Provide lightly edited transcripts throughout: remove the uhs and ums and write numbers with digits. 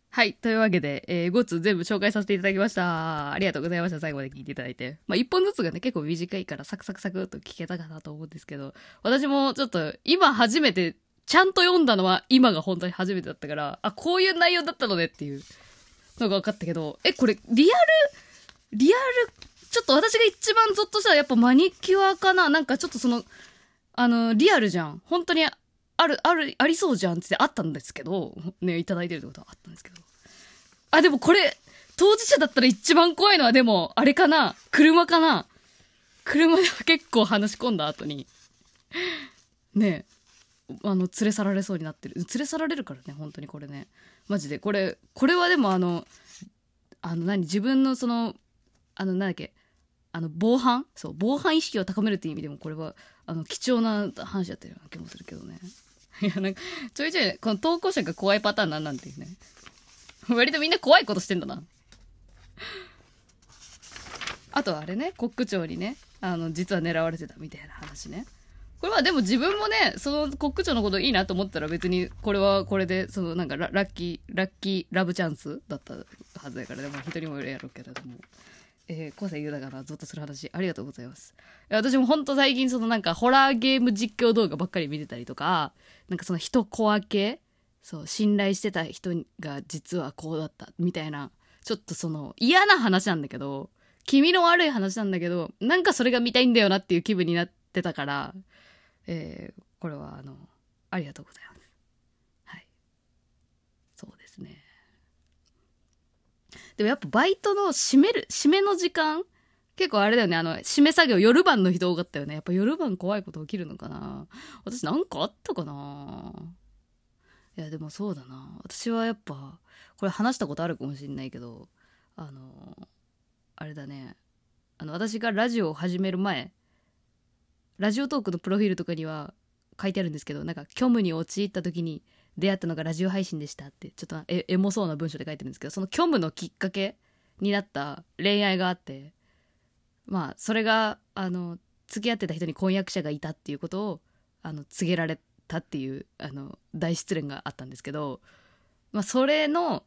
はい。というわけで、5通全部紹介させていただきました。ありがとうございました。最後まで聞いていただいて。まあ、1本ずつがね、結構短いからサクサクサクっと聞けたかなと思うんですけど、私もちょっと今初めて、ちゃんと読んだのは今が本当に初めてだったから、あ、こういう内容だったのねっていうのが分かったけど、これ、リアル、ちょっと私が一番ゾッとしたらやっぱマニキュアかな。なんかちょっとリアルじゃん。本当にありそうじゃんってあったんですけど、ね、いただいてるってことはあったんですけど。あ、でもこれ、当事者だったら一番怖いのはでも、あれかな、車かな。車で結構話し込んだ後に、ね連れ去られそうになってる。連れ去られるからね、本当にこれね。マジで。これはでも自分のなんだっけ、防犯意識を高めるっていう意味でも、これは、貴重な話だったような気もするけどね。いや、なんか、ちょいちょい、この投稿者が怖いパターンなんていうね。割とみんな怖いことしてんだな。あとはあれね、コック長にね、実は狙われてたみたいな話ね。これはでも自分もね、そのコック長のこといいなと思ったら別に、これはこれで、なんかラッキーラブチャンスだったはずだからね、まあ一人もいるやろうけれども。個性豊かなゾッとする話、ありがとうございます。私もほんと最近なんかホラーゲーム実況動画ばっかり見てたりとか、なんかその人コア系、そう、信頼してた人が実はこうだったみたいな、ちょっと嫌な話なんだけど、気味の悪い話なんだけど、なんかそれが見たいんだよなっていう気分になってたから、これはありがとうございます。はい。そうですね。でもやっぱバイトの締めの時間結構あれだよね、締め作業夜晩の人多かったよね。やっぱ夜晩怖いこと起きるのかな。私なんかあったかな。いやでもそうだな。私はやっぱ、これ話したことあるかもしんないけど、あの、あれだね。私がラジオを始める前、ラジオトークのプロフィールとかには書いてあるんですけど、なんか虚無に陥った時に出会ったのがラジオ配信でしたって、ちょっとエモそうな文章で書いてるんですけど、その虚無のきっかけになった恋愛があって、まあそれが付き合ってた人に婚約者がいたっていうことを告げられたっていう大失恋があったんですけど、まあそれの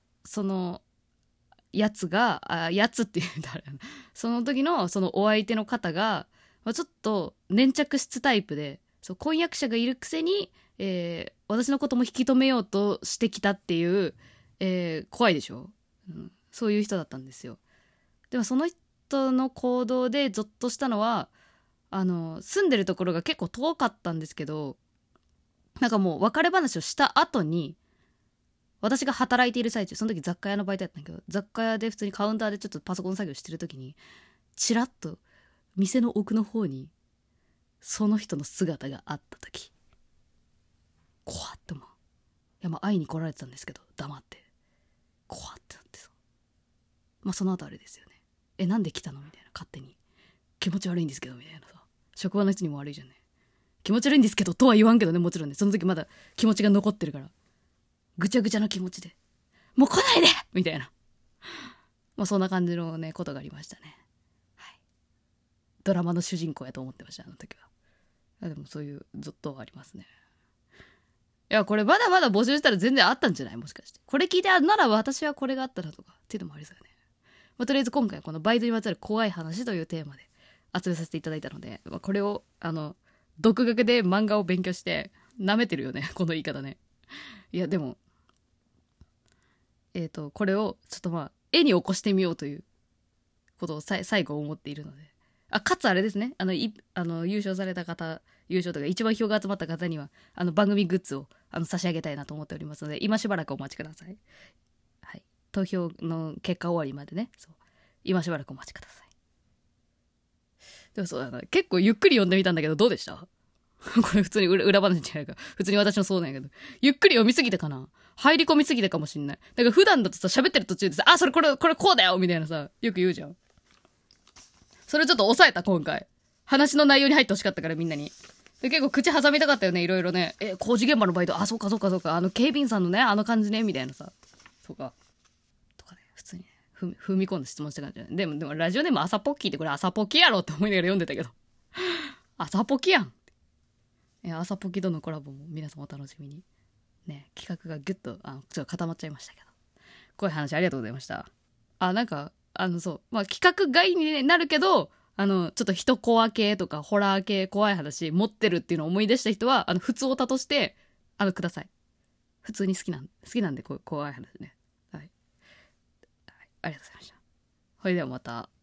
やつっていうその時のそのお相手の方が、まあ、ちょっと粘着質タイプで、そう婚約者がいるくせに、私のことも引き止めようとしてきたっていう、怖いでしょ、うん、そういう人だったんですよ。でもその人の行動でゾッとしたのは、住んでるところが結構遠かったんですけど、なんかもう別れ話をした後に、私が働いている最中、その時雑貨屋のバイトやったんだけど、雑貨屋で普通にカウンターでちょっとパソコン作業してる時に、チラッと店の奥の方にその人の姿があった時、怖って思う。いや、まあ会いに来られてたんですけど、黙って怖ってなってさ、まあその後あれですよね。なんで来たのみたいな、勝手に気持ち悪いんですけどみたいなさ、職場の人にも悪いじゃんね。気持ち悪いんですけどとは言わんけどね、もちろんね、その時まだ気持ちが残ってるから、ぐちゃぐちゃな気持ちで、もう来ないでみたいな、まあそんな感じのねことがありましたね。はい。ドラマの主人公やと思ってました、あの時は。でもそういうゾッとはありますね。いや、これまだまだ募集したら全然あったんじゃない、もしかして。これ聞いて、なら私はこれがあったなとかっていうのもありそうよね。まあ、とりあえず今回はこのバイトにまつわる怖い話というテーマで集めさせていただいたので、まあ、これを独学で漫画を勉強して舐めてるよね、この言い方ね。いやでもこれをちょっとまあ絵に起こしてみようということを最後思っているので、かつあれですね、優勝された方、優勝とか一番票が集まった方には番組グッズを差し上げたいなと思っておりますので、今しばらくお待ちください。はい、投票の結果終わりまでね、そう、今しばらくお待ちください。でもそうだな、結構ゆっくり読んでみたんだけど、どうでした？これ普通に裏話じゃないか。普通に私もそうなんやけど。ゆっくり読みすぎたかな、入り込みすぎたかもしんない。だから普段だとさ、喋ってる途中でさ、これこうだよみたいなさ、よく言うじゃん。それちょっと抑えた、今回。話の内容に入ってほしかったから、みんなに。で結構口挟みたかったよね、いろいろね。工事現場のバイト、そうか。警備員さんのね、感じね、みたいなさ。そうか。とかね、普通にね、踏み込んで質問してたんじゃない。でも、ラジオネーム朝ポッキーってこれ朝ポキやろって思いながら読んでたけど。朝ポキやん。朝ポキとのコラボも皆さんお楽しみに。ね、企画がギュッと、ちょっと固まっちゃいましたけど。 怖い話ありがとうございました。なんか、そう。まあ、企画外になるけど、ちょっと人コア系とかホラー系怖い話持ってるっていうのを思い出した人は、普通オタとして、ください。普通に好きなんで、こういう怖い話ね。はい。はい。ありがとうございました。それではまた。